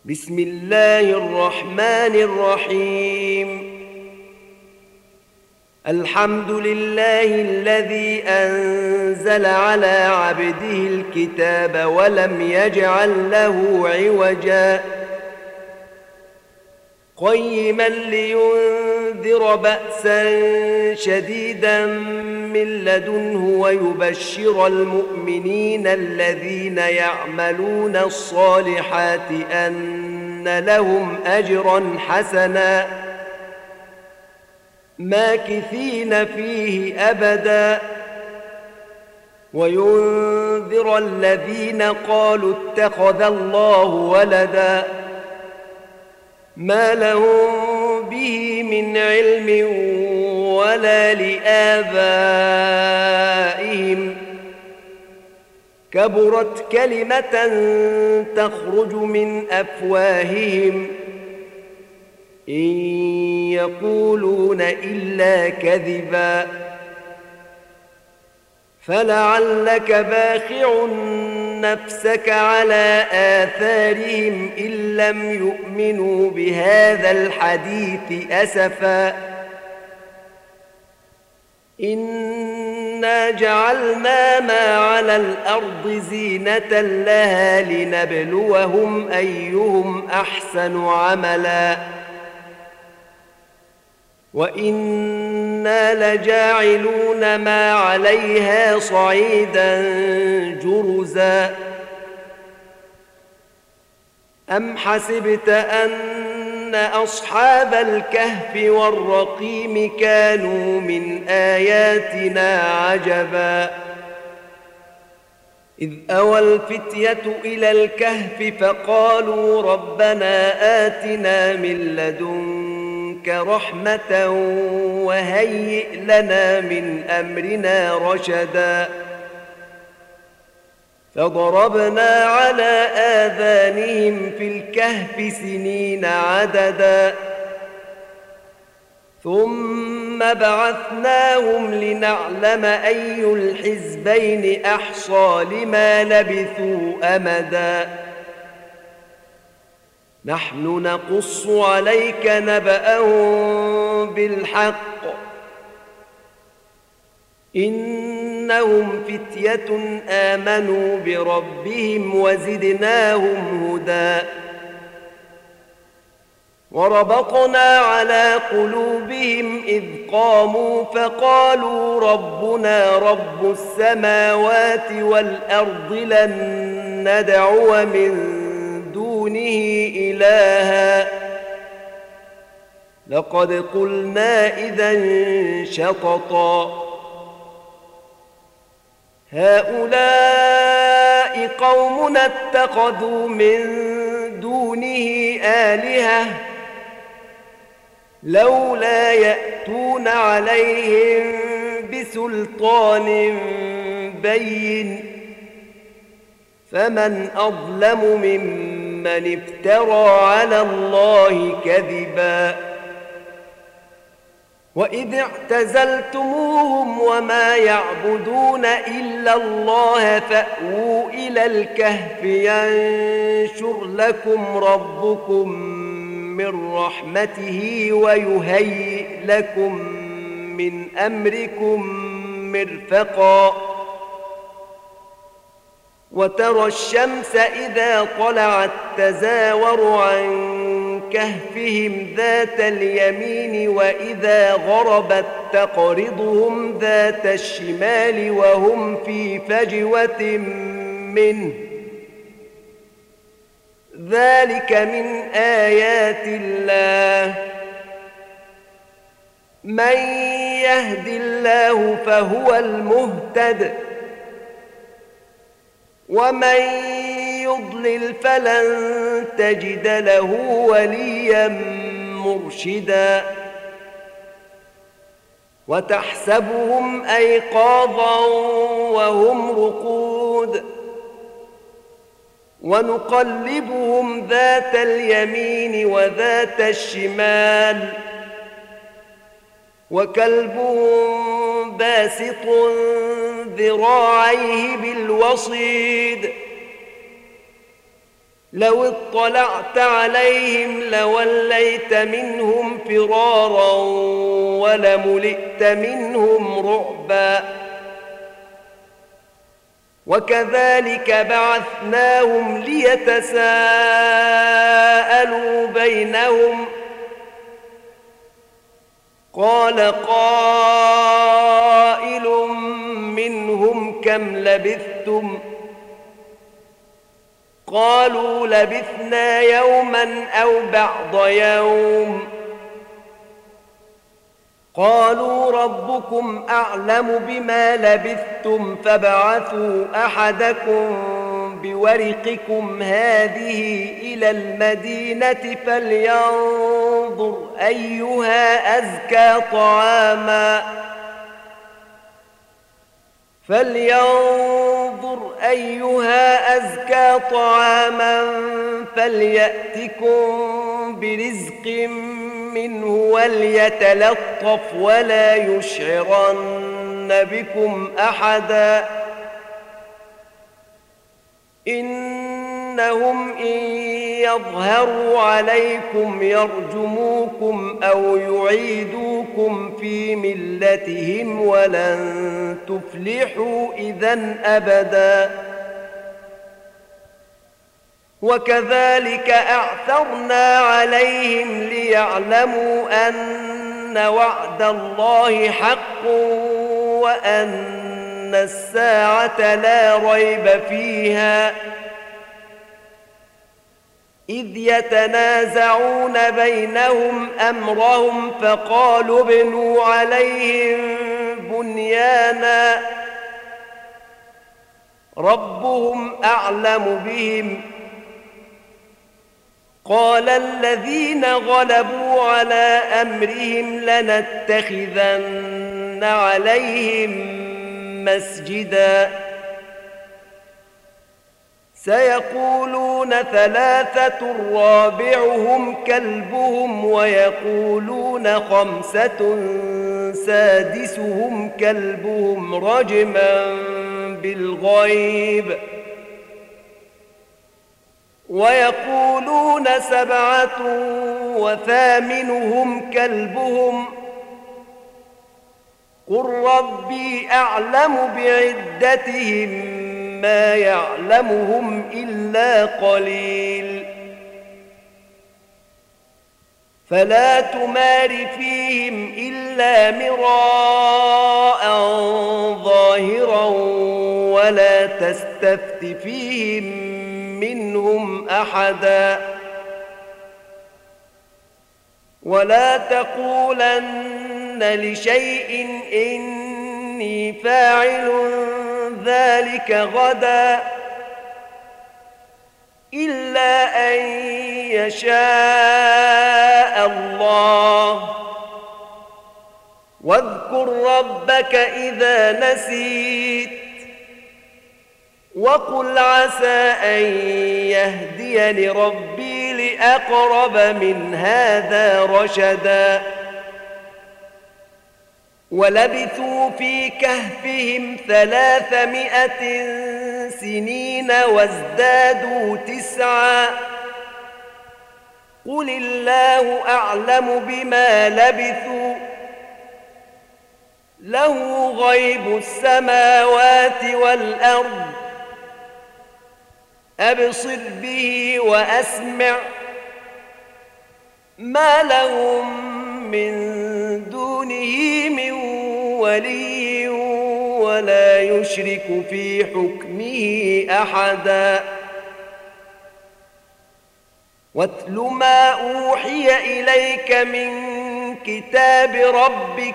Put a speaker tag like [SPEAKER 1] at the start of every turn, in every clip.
[SPEAKER 1] بسم الله الرحمن الرحيم. الحمد لله الذي أنزل على عبده الكتاب ولم يجعل له عوجا قيما لينذر بأسا شديدا من لدنه ويبشر المؤمنين الذين يعملون الصالحات أن لهم أجرا حسنا ماكثين فيه أبدا وينذر الذين قالوا اتخذ الله ولدا ما لهم به من علم ولا لآبائهم كبرت كلمة تخرج من أفواههم إن يقولون إلا كذبا فلعلك باخع نفسك على آثارهم إن لم يؤمنوا بهذا الحديث أسفا إنا جعلنا ما على الأرض زينة لها لنبلوهم أيهم أحسن عملا وإنا لجاعلون ما عليها صعيدا جرزا أم حسبت أن أصحاب الكهف والرقيم كانوا من آياتنا عجبا إذ أوى الفتية إلى الكهف فقالوا ربنا آتنا من لدنك رحمة وهيئ لنا من أمرنا رشدا فضربنا على آذانهم في الكهف سنين عددا ثم بعثناهم لنعلم أي الحزبين أحصى لما لبثوا أمدا نحن نقص عليك نبأهم بالحق إنهم فتية آمنوا بربهم وزدناهم هدى وربطنا على قلوبهم إذ قاموا فقالوا ربنا رب السماوات والأرض لن ندعو من دونه إلها لقد قلنا إذا شططا هؤلاء قومنا اتخذوا من دونه آلهة لولا يأتون عليهم بسلطان بين فمن أظلم ممن افترى على الله كذبا وإذ اعتزلتموهم وما يعبدون إلا الله فأووا إلى الكهف ينشر لكم ربكم من رحمته ويهيئ لكم من أمركم مرفقا وترى الشمس إذا طلعت تزاور عن كهفهم ذات اليمين وإذا غربت تقرضهم ذات الشمال وهم في فجوة منه ذلك من آيات الله من يهد الله فهو المهتد ومن يضلل فلن تجد له وليا مرشدا وتحسبهم أيقاظا وهم رقود ونقلبهم ذات اليمين وذات الشمال وكلبهم باسط ذراعيه بالوصيد لو اطلعت عليهم لوليت منهم فرارا ولملئت منهم رعبا وكذلك بعثناهم ليتساءلوا بينهم قال قائل منهم كم لبثتم قالوا لبثنا يوما أو بعض يوم قالوا ربكم أعلم بما لبثتم فابعثوا أحدكم بورقكم هذه إلى المدينة فلينظر أيها أزكى طعاما فليأتكم برزق منه وليتلطف ولا يشعرن بكم أحدا إنهم إن يظهروا عليكم يرجموكم أو يعيدوكم في ملتهم ولن تفلحوا إذن أبدا وكذلك أعثرنا عليهم ليعلموا أن وعد الله حق وأن الساعة لا ريب فيها إذ يتنازعون بينهم أمرهم فقالوا ابنوا عليهم بنيانا ربهم أعلم بهم قال الذين غلبوا على أمرهم لنتخذن عليهم مسجدا سيقولون ثلاثة رابعهم كلبهم ويقولون خمسة سادسهم كلبهم رجما بالغيب ويقولون سبعة وثامنهم كلبهم قل ربي أعلم بعدتهم ما يعلمهم إلا قليل فلا تمار فيهم إلا مراء ظاهرا ولا تستفت فيهم منهم أحدا ولا تقولن لشيء إني فاعل ذلك غدا إلا أن يشاء الله واذكر ربك إذا نسيت وقل عسى أن يهديني ربي لأقرب من هذا رشدا ولبثوا في كهفهم 300 سنين وازدادوا 9 قل الله أعلم بما لبثوا له غيب السماوات والأرض أبصر به وأسمع ما لهم من دونه من ولي ولا يشرك في حكمه أحدا واتل ما أوحي إليك من كتاب ربك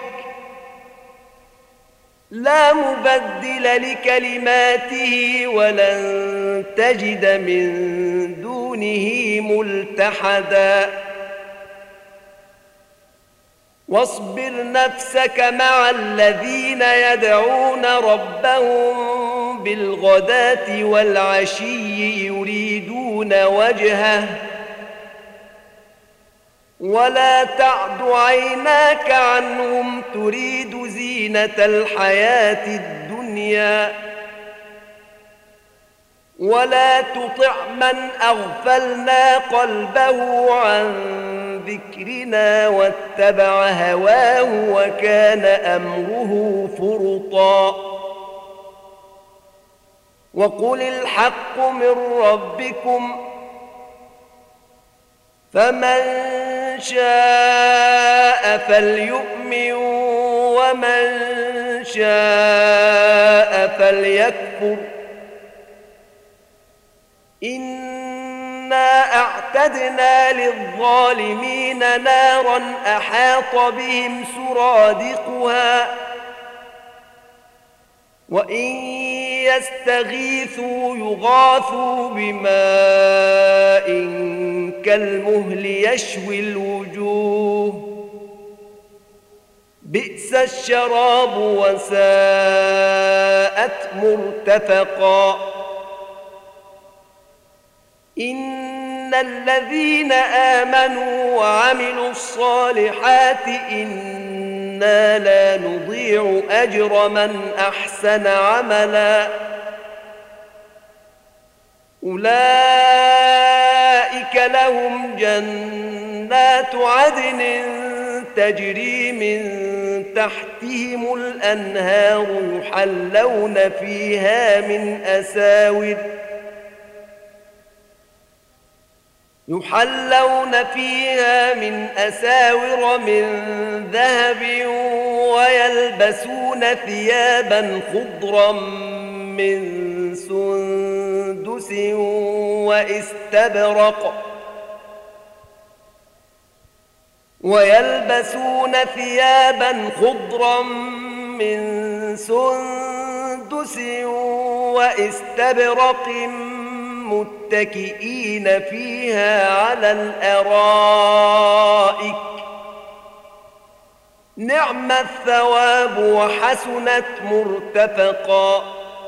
[SPEAKER 1] لا مبدل لكلماته ولن تجد من دونه ملتحدا واصبر نفسك مع الذين يدعون ربهم بالغداة والعشي يريدون وجهه ولا تعد عيناك عنهم تريد زينة الحياة الدنيا ولا تطع من أغفلنا قلبه عن ذكرنا واتبع هواه وكان أمره فرطا وقل الحق من ربكم فمن شاء فليؤمن ومن شاء فليكفر إنا أعتدنا للظالمين نارا أحاط بهم سرادقها وإن يستغيثوا يغاثوا بماء كالمهل يشوي الوجوه بئس الشراب وساءت مرتفقا إن الذين آمنوا وعملوا الصالحات إنا لا نضيع أجر من أحسن عملا أولئك لهم جنات عدن تجري من تحتهم الأنهار يحلون فيها من أساور من ذهب ويلبسون ثيابا خضرا من سندس واستبرق متكئين فيها على الأرائك نعم الثواب وحسنت مرتفقا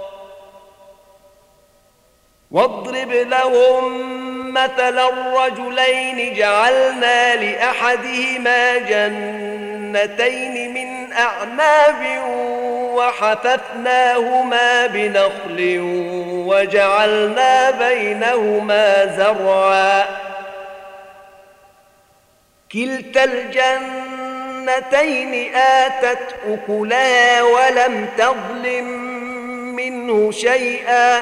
[SPEAKER 1] واضرب لهم مثلا الرجلين جعلنا لأحدهما جنتين من أعناب وحففناهما بنخل وجعلنا بينهما زرعا كلتا الجنتين آتت أكلها ولم تظلم منه شيئا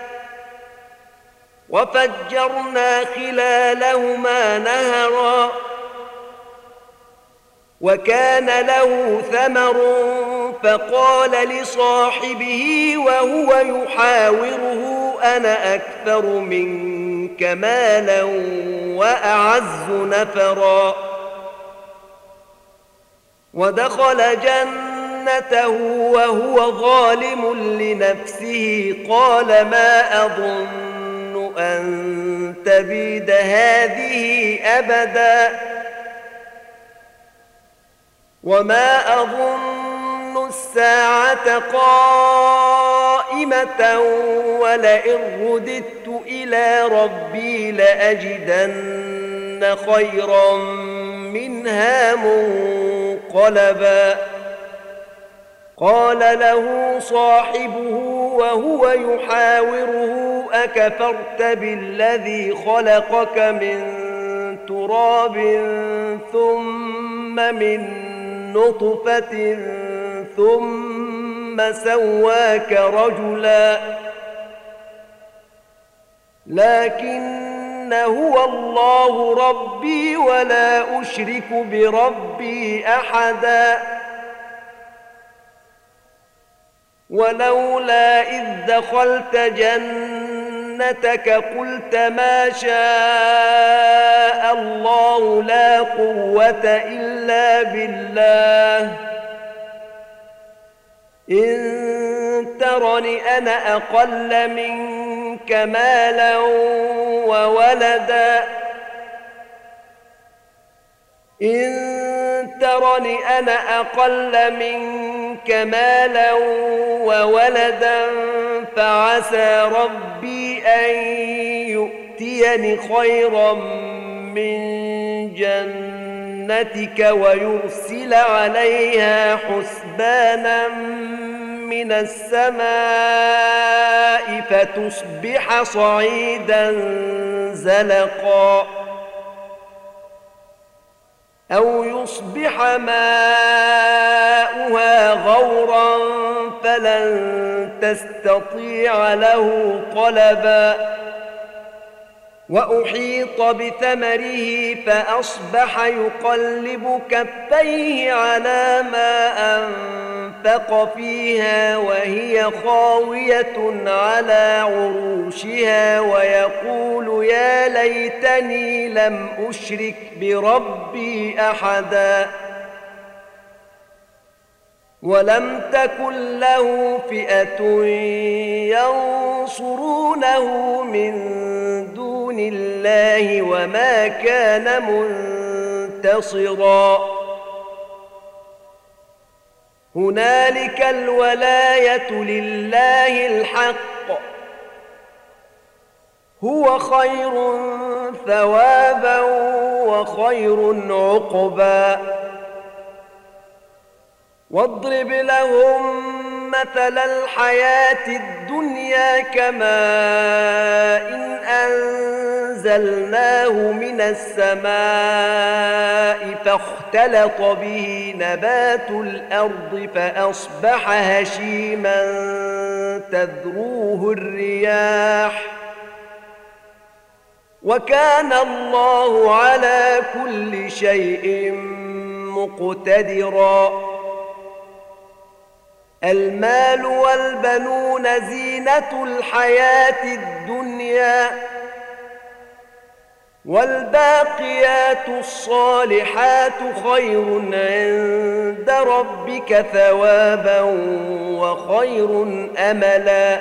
[SPEAKER 1] وفجرنا خلالهما نهرا وكان له ثمر فقال لصاحبه وهو يحاوره أنا أكثر منك مالا وأعز نفرا ودخل جنته وهو ظالم لنفسه قال ما أظن أن تبيد هذه أبدا وما أظن الساعة قائمة ولئن رددت إلى ربي لأجدن خيرا منها منقلبا قال له صاحبه وهو يحاوره أكفرت بالذي خلقك من تراب ثم من نطفة ثم سواك رجلا لكن هو الله ربي ولا أشرك بربي أحدا ولولا إذ دخلت جنتك قلت ما شاء الله لا قوة إلا بالله إن ترني أنا أقل منك مالا وولدا فعسى ربي أن يؤتيني خيرا من جنتك ويرسل عليها حسبانا من السماء فتصبح صعيدا زلقا أو يصبح ماؤها غورا فلن تستطيع له طلبا وأحيط بثمره فأصبح يقلب كفيه على ما أنفق فيها وهي خاوية على عروشها ويقول يا ليتني لم أشرك بربي أحدا ولم تكن له فئة ينصرونه من دون الله وما كان منتصرا هنالك الولاية لله الحق هو خير ثوابا وخير عقبا واضرب لهم مثل الحياة الدنيا كماء إن أنزلناه من السماء فاختلط به نبات الأرض فأصبح هشيما تذروه الرياح وكان الله على كل شيء مقتدرا المال والبنون زينة الحياة الدنيا والباقيات الصالحات خير عند ربك ثوابا وخير أملا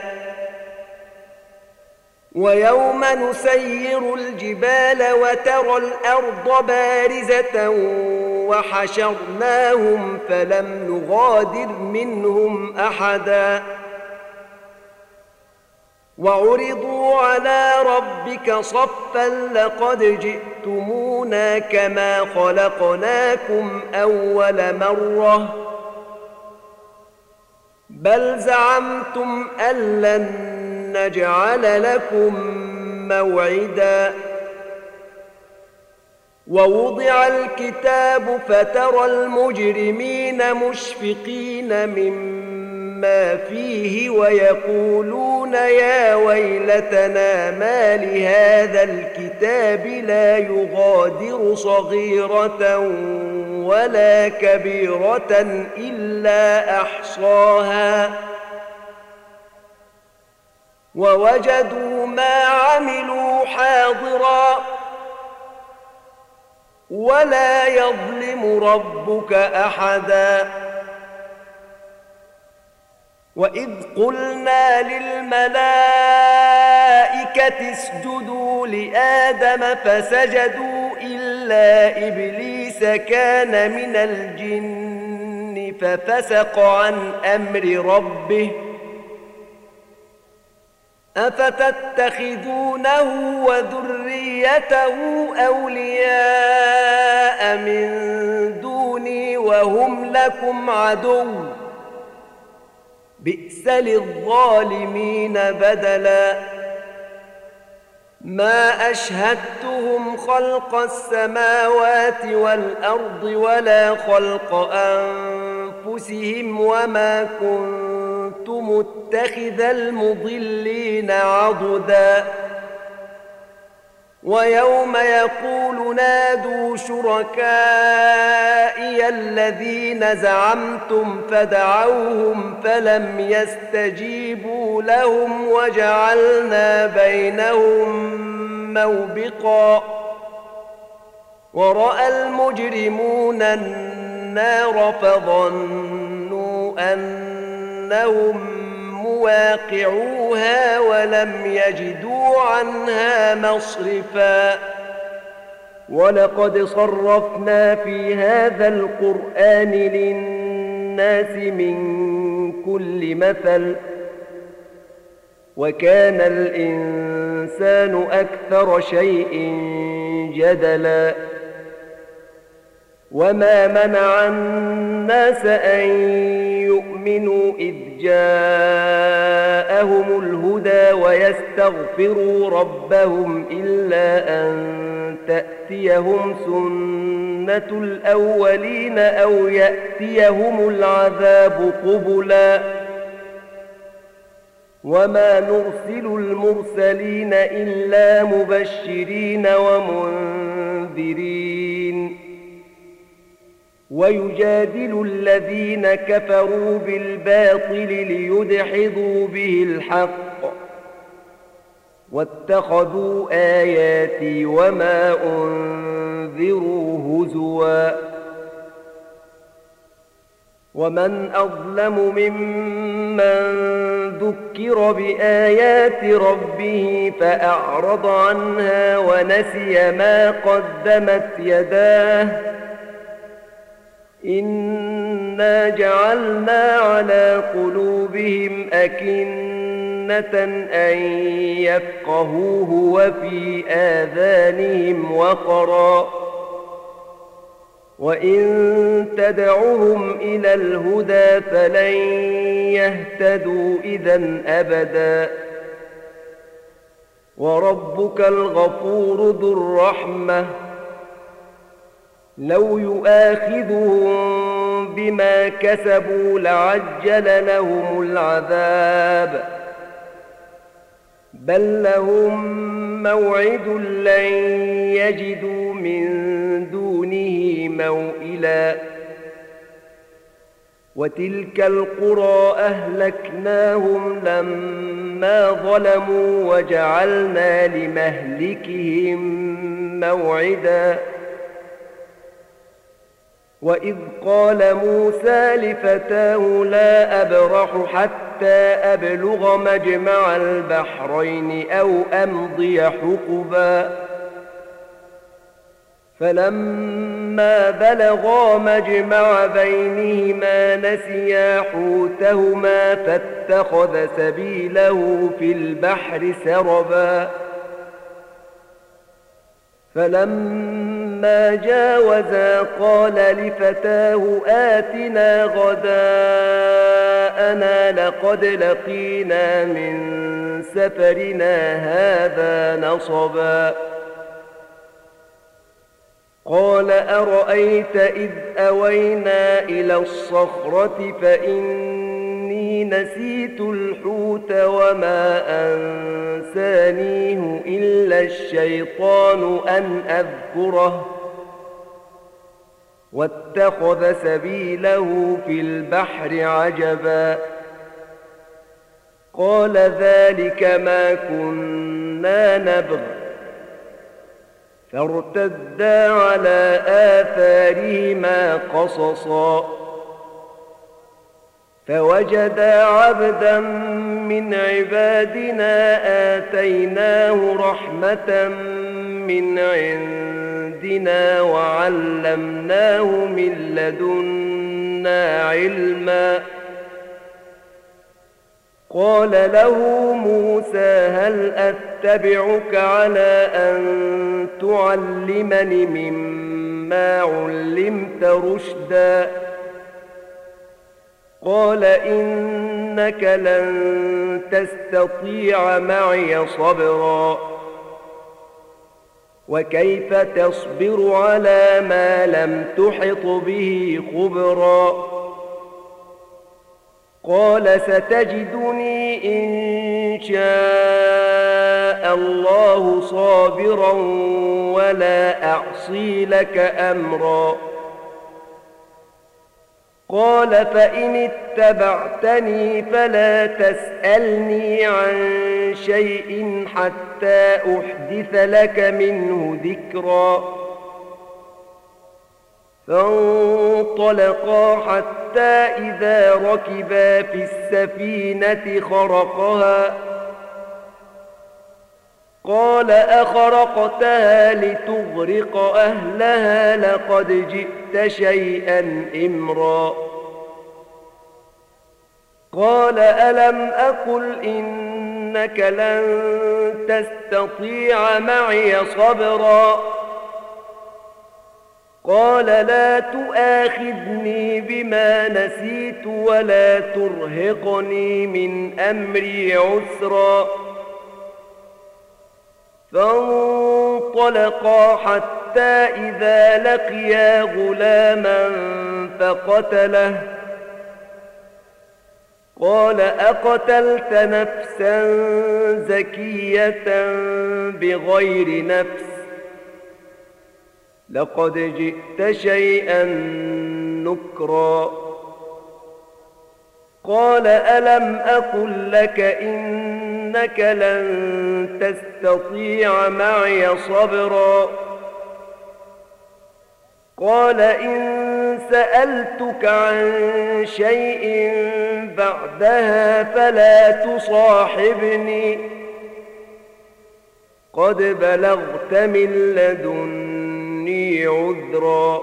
[SPEAKER 1] ويوم نسير الجبال وترى الأرض بارزة وحشرناهم فلم نغادر منهم أحدا وعرضوا على ربك صفا لقد جئتمونا كما خلقناكم أول مرة بل زعمتم أن لن نجعل لكم موعدا ووضع الكتاب فترى المجرمين مشفقين مما فيه ويقولون يا ويلتنا ما لهذا الكتاب لا يغادر صغيرة ولا كبيرة إلا أحصاها ووجدوا ما عملوا حاضرا ولا يظلم ربك أحدا وإذ قلنا للملائكة اسجدوا لآدم فسجدوا إلا إبليس كان من الجن ففسق عن أمر ربه أفتتخذونه وذريته أولياء من دوني وهم لكم عدو بئس للظالمين بدلا ما أشهدتهم خلق السماوات والأرض ولا خلق أنفسهم وما كنت متخذ المضلين عضدا ويوم يقول نادوا شركائي الذين زعمتم فدعوهم فلم يستجيبوا لهم وجعلنا بينهم موبقا ورأى المجرمون النار فظنوا أنهم مواقعوها ولم يجدوا عنها مصرفا ولقد صرفنا في هذا القرآن للناس من كل مثل وكان الإنسان أكثر شيء جدلا وما منع الناس أن يؤمنوا إذ جاءهم الهدى ويستغفروا ربهم إلا أن تأتيهم سنة الأولين أو يأتيهم العذاب قبلا وما نرسل المرسلين إلا مبشرين ومنذرين ويجادل الذين كفروا بالباطل ليدحضوا به الحق واتخذوا آياتي وما أنذروا هزوا ومن أظلم ممن ذكر بآيات ربه فأعرض عنها ونسي ما قدمت يداه إنا جعلنا على قلوبهم أكنة أن يفقهوه وفي آذانهم وقرا وإن تدعهم إلى الهدى فلن يهتدوا إذا أبدا وربك الغفور ذو الرحمة لو يؤاخذهم بما كسبوا لعجل لهم العذاب بل لهم موعد لن يجدوا من دونه موئلا وتلك القرى أهلكناهم لما ظلموا وجعلنا لمهلكهم موعدا وإذ قال موسى لفتاه لا أبرح حتى أبلغ مجمع البحرين أو أمضي حقبا فلما بلغا مجمع بينهما نسيا حوتهما فاتخذ سبيله في البحر سربا فلما جاوزا قال لفتاه آتنا غداءنا لقد لقينا من سفرنا هذا نصبا قال أرأيت إذ أوينا إلى الصخرة فإني نسيت الحوت وما أنسانيه إلا الشيطان أن أذكره واتخذ سبيله في البحر عجبا قال ذلك ما كنا نبغ فارتدا على آثارهما قصصا فوجدا عبدا من عبادنا آتيناه رحمة من عندنا وعلمناه من لدنا علما قال له موسى هل أتبعك على أن تعلمني مما علمت رشدا قال إنك لن تستطيع معي صبرا وكيف تصبر على ما لم تحط به خبرا قال ستجدني إن شاء الله صابرا ولا أعصي لك أمرا قال فإن اتبعتني فلا تسألني عن شيء حتى أحدث لك منه ذكرا فانطلقا حتى إذا ركبا في السفينة خرقها قال أخرقتها لتغرق أهلها لقد جئت شيئا إمرا قال ألم أقل إنك لن تستطيع معي صبرا قال لا تؤاخذني بما نسيت ولا ترهقني من أمري عسرا فانطلقا حتى إذا لقيا غلاما فقتله قال أقتلت نفسا زكية بغير نفس لقد جئت شيئا نكرا قال ألم أقل لك إنك لن تستطيع معي صبرا قال إن سألتك عن شيء بعدها فلا تصاحبني قد بلغت من لدني عذرا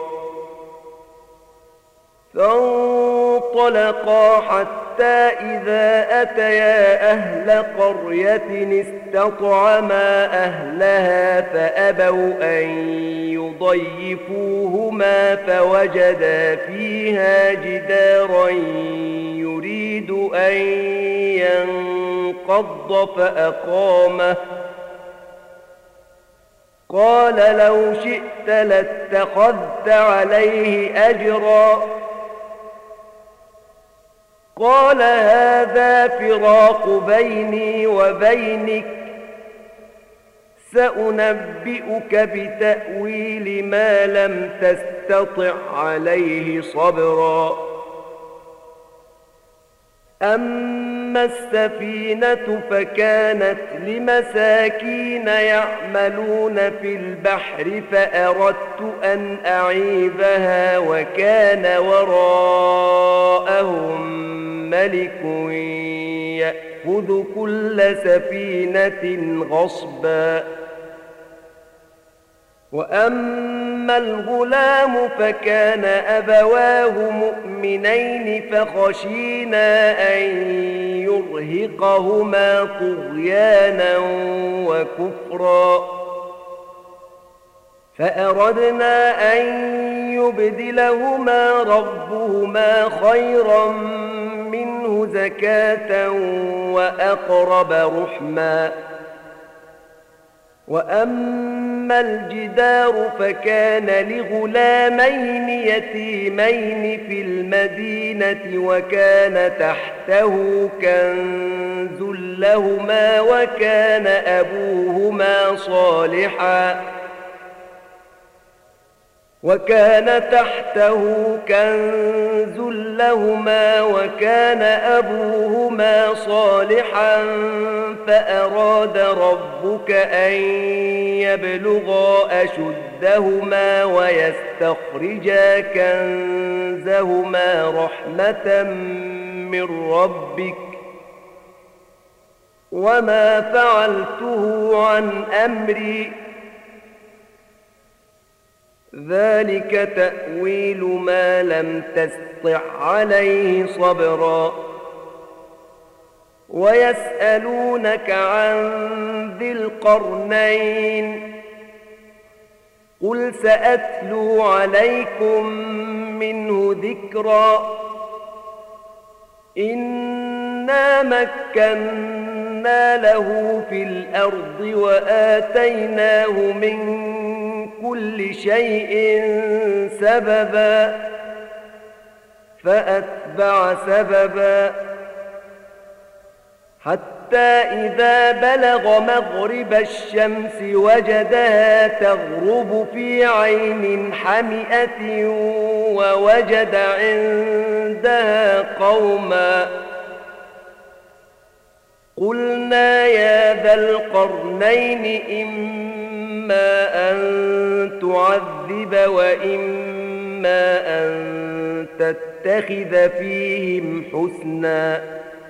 [SPEAKER 1] فانطلقا حتى إذا أتيا أهل قرية استطعما أهلها فأبوا أن يضيفوهما فوجدا فيها جدارا يريد أن ينقض فأقامه قال لو شئت لاتخذت عليه أجرا قال هذا فراق بيني وبينك سأنبئك بتأويل ما لم تستطع عليه صبرا أما السفينة فكانت لمساكين يعملون في البحر فأردت أن أعيبها وكان وراءهم ملك يأخذ كل سفينة غصبا وأما الغلام فكان أبواه مؤمنين فخشينا أن يرهقهما طغيانا وكفرا فأردنا أن يبدلهما ربهما خيرا منه زكاة وأقرب رحما وأما الجدار فكان لغلامين يتيمين في المدينة وكان تحته كنز لهما وكان أبوهما صالحا فأراد ربك أن يبلغا أشدهما ويستخرجا كنزهما رحمة من ربك وما فعلته عن أمري ذلك تأويل ما لم تستطع عليه صبرا ويسألونك عن ذي القرنين قل سأتلو عليكم منه ذكرا إنا مكنا له في الأرض وآتيناه من كل شيء سببا فأتبع سببا حتى إذا بلغ مغرب الشمس وجدها تغرب في عين حمئة ووجد عندها قوما قلنا يا ذا القرنين إما أن تعذب وإما أن تتخذ فيهم حسنا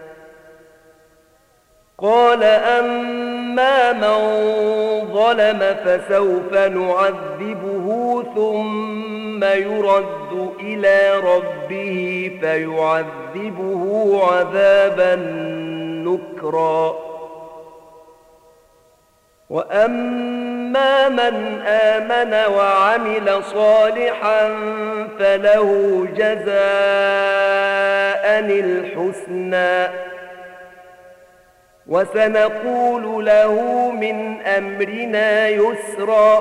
[SPEAKER 1] قال أما من ظلم فسوف نعذبه ثم يرد إلى ربه فيعذبه عذابا نكرا وأما من آمن وعمل صالحا فله جزاء الحسنى وسنقول له من أمرنا يسرا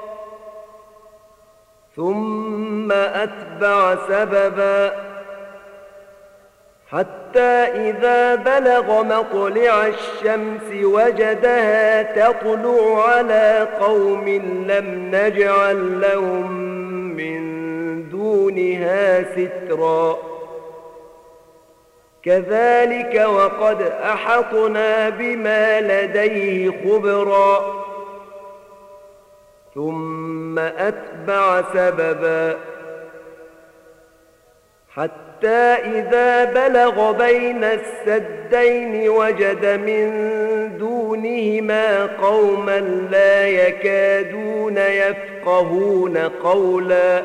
[SPEAKER 1] ثم أتبع سببا حتى إذا بلغ مطلع الشمس وجدها تطلع على قوم لم نجعل لهم من دونها سترا كذلك وقد أحطنا بما لديه خبرا ثم أتبع سببا حتى إذا بلغ بين السدين وجد من دونهما قوما لا يكادون يفقهون قولا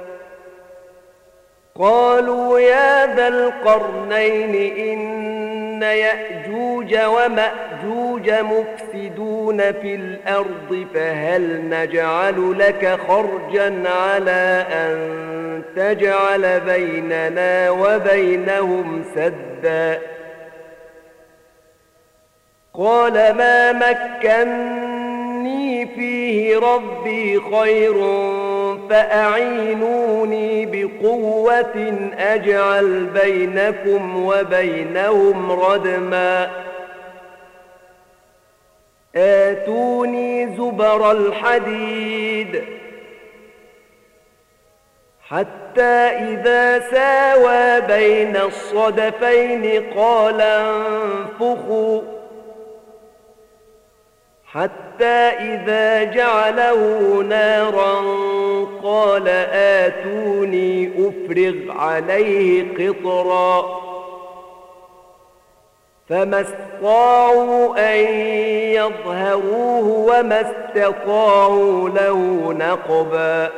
[SPEAKER 1] قالوا يا ذا القرنين إن يأجوج ومأجوج مفسدون في الأرض فهل نجعل لك خرجا على أن تجعل بيننا وبينهم سدا قال ما مكني فيه ربي خير فأعينوني بقوة أجعل بينكم وبينهم ردما آتوني زبر الحديد حتى إذا ساوى بين الصدفين قال انفخوا حتى إذا جعله نارا قال آتوني أفرغ عليه قطرا فما استطاعوا أن يظهروه وما استطاعوا له نقبا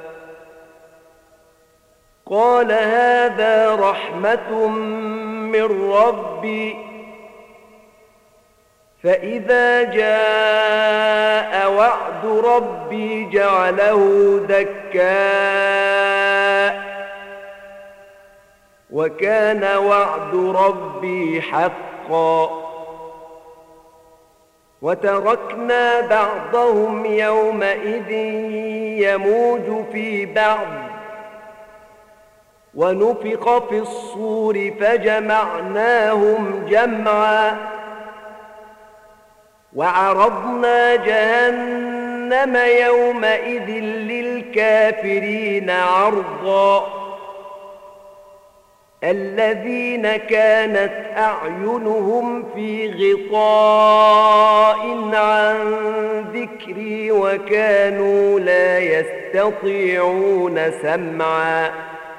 [SPEAKER 1] قال هذا رحمة من ربي فإذا جاء وعد ربي جعله دكاء وكان وعد ربي حقا وتركنا بعضهم يومئذ يموج في بعض ونفخ في الصور فجمعناهم جمعا وعرضنا جهنم يومئذ للكافرين عرضا الذين كانت أعينهم في غطاء عن ذكري وكانوا لا يستطيعون سمعا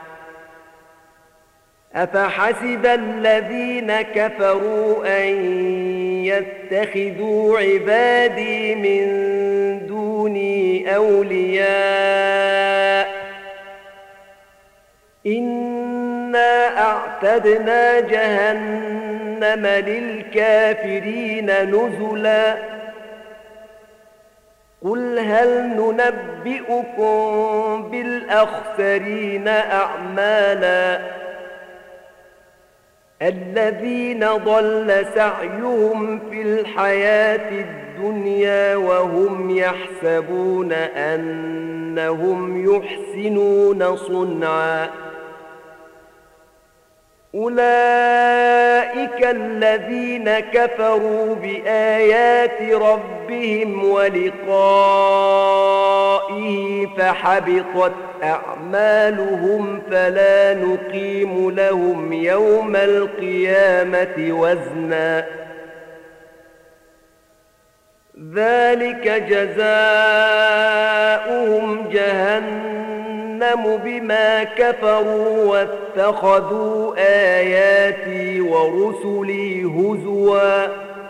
[SPEAKER 1] أفحسب الذين كفروا أن يتخذوا عبادي من دوني أولياء إنا أعتدنا جهنم للكافرين نزلا قل هل ننبئكم بالأخسرين أعمالا الذين ضل سعيهم في الحياة الدنيا وهم يحسبون أنهم يحسنون صنعا أولئك الذين كفروا بآيات ربهم ولقائه فحبطت أعمالهم فلا نقيم لهم يوم القيامة وزنا ذلك جزاؤهم جهنم بما كفروا واتخذوا آياتي ورسلي هزوا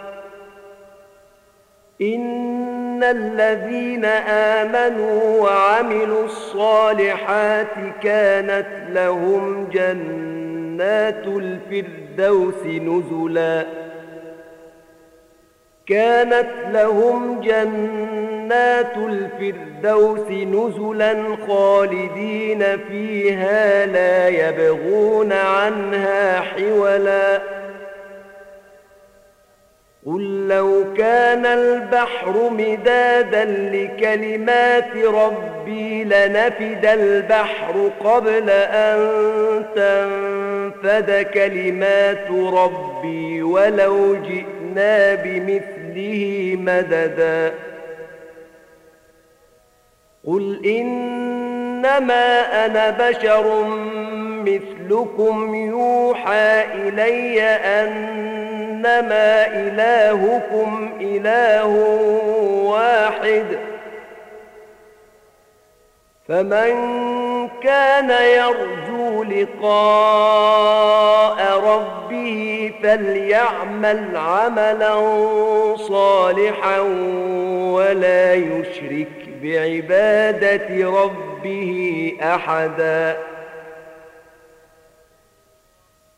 [SPEAKER 1] إن الذين آمنوا وعملوا الصالحات كانت لهم جنات الفردوس نزلا كانت لهم جنات الفردوس نزلا خالدين فيها لا يبغون عنها حولا قل لو كان البحر مدادا لكلمات ربي لنفد البحر قبل أن تنفد كلمات ربي ولو جئنا بمثله مددا قل إنما أنا بشر مثلكم يوحى إلي أنما إلهكم إله واحد فمن كان يرجو لقاء ربه فليعمل عملا صالحا ولا يشرك بعبادة ربه أحدا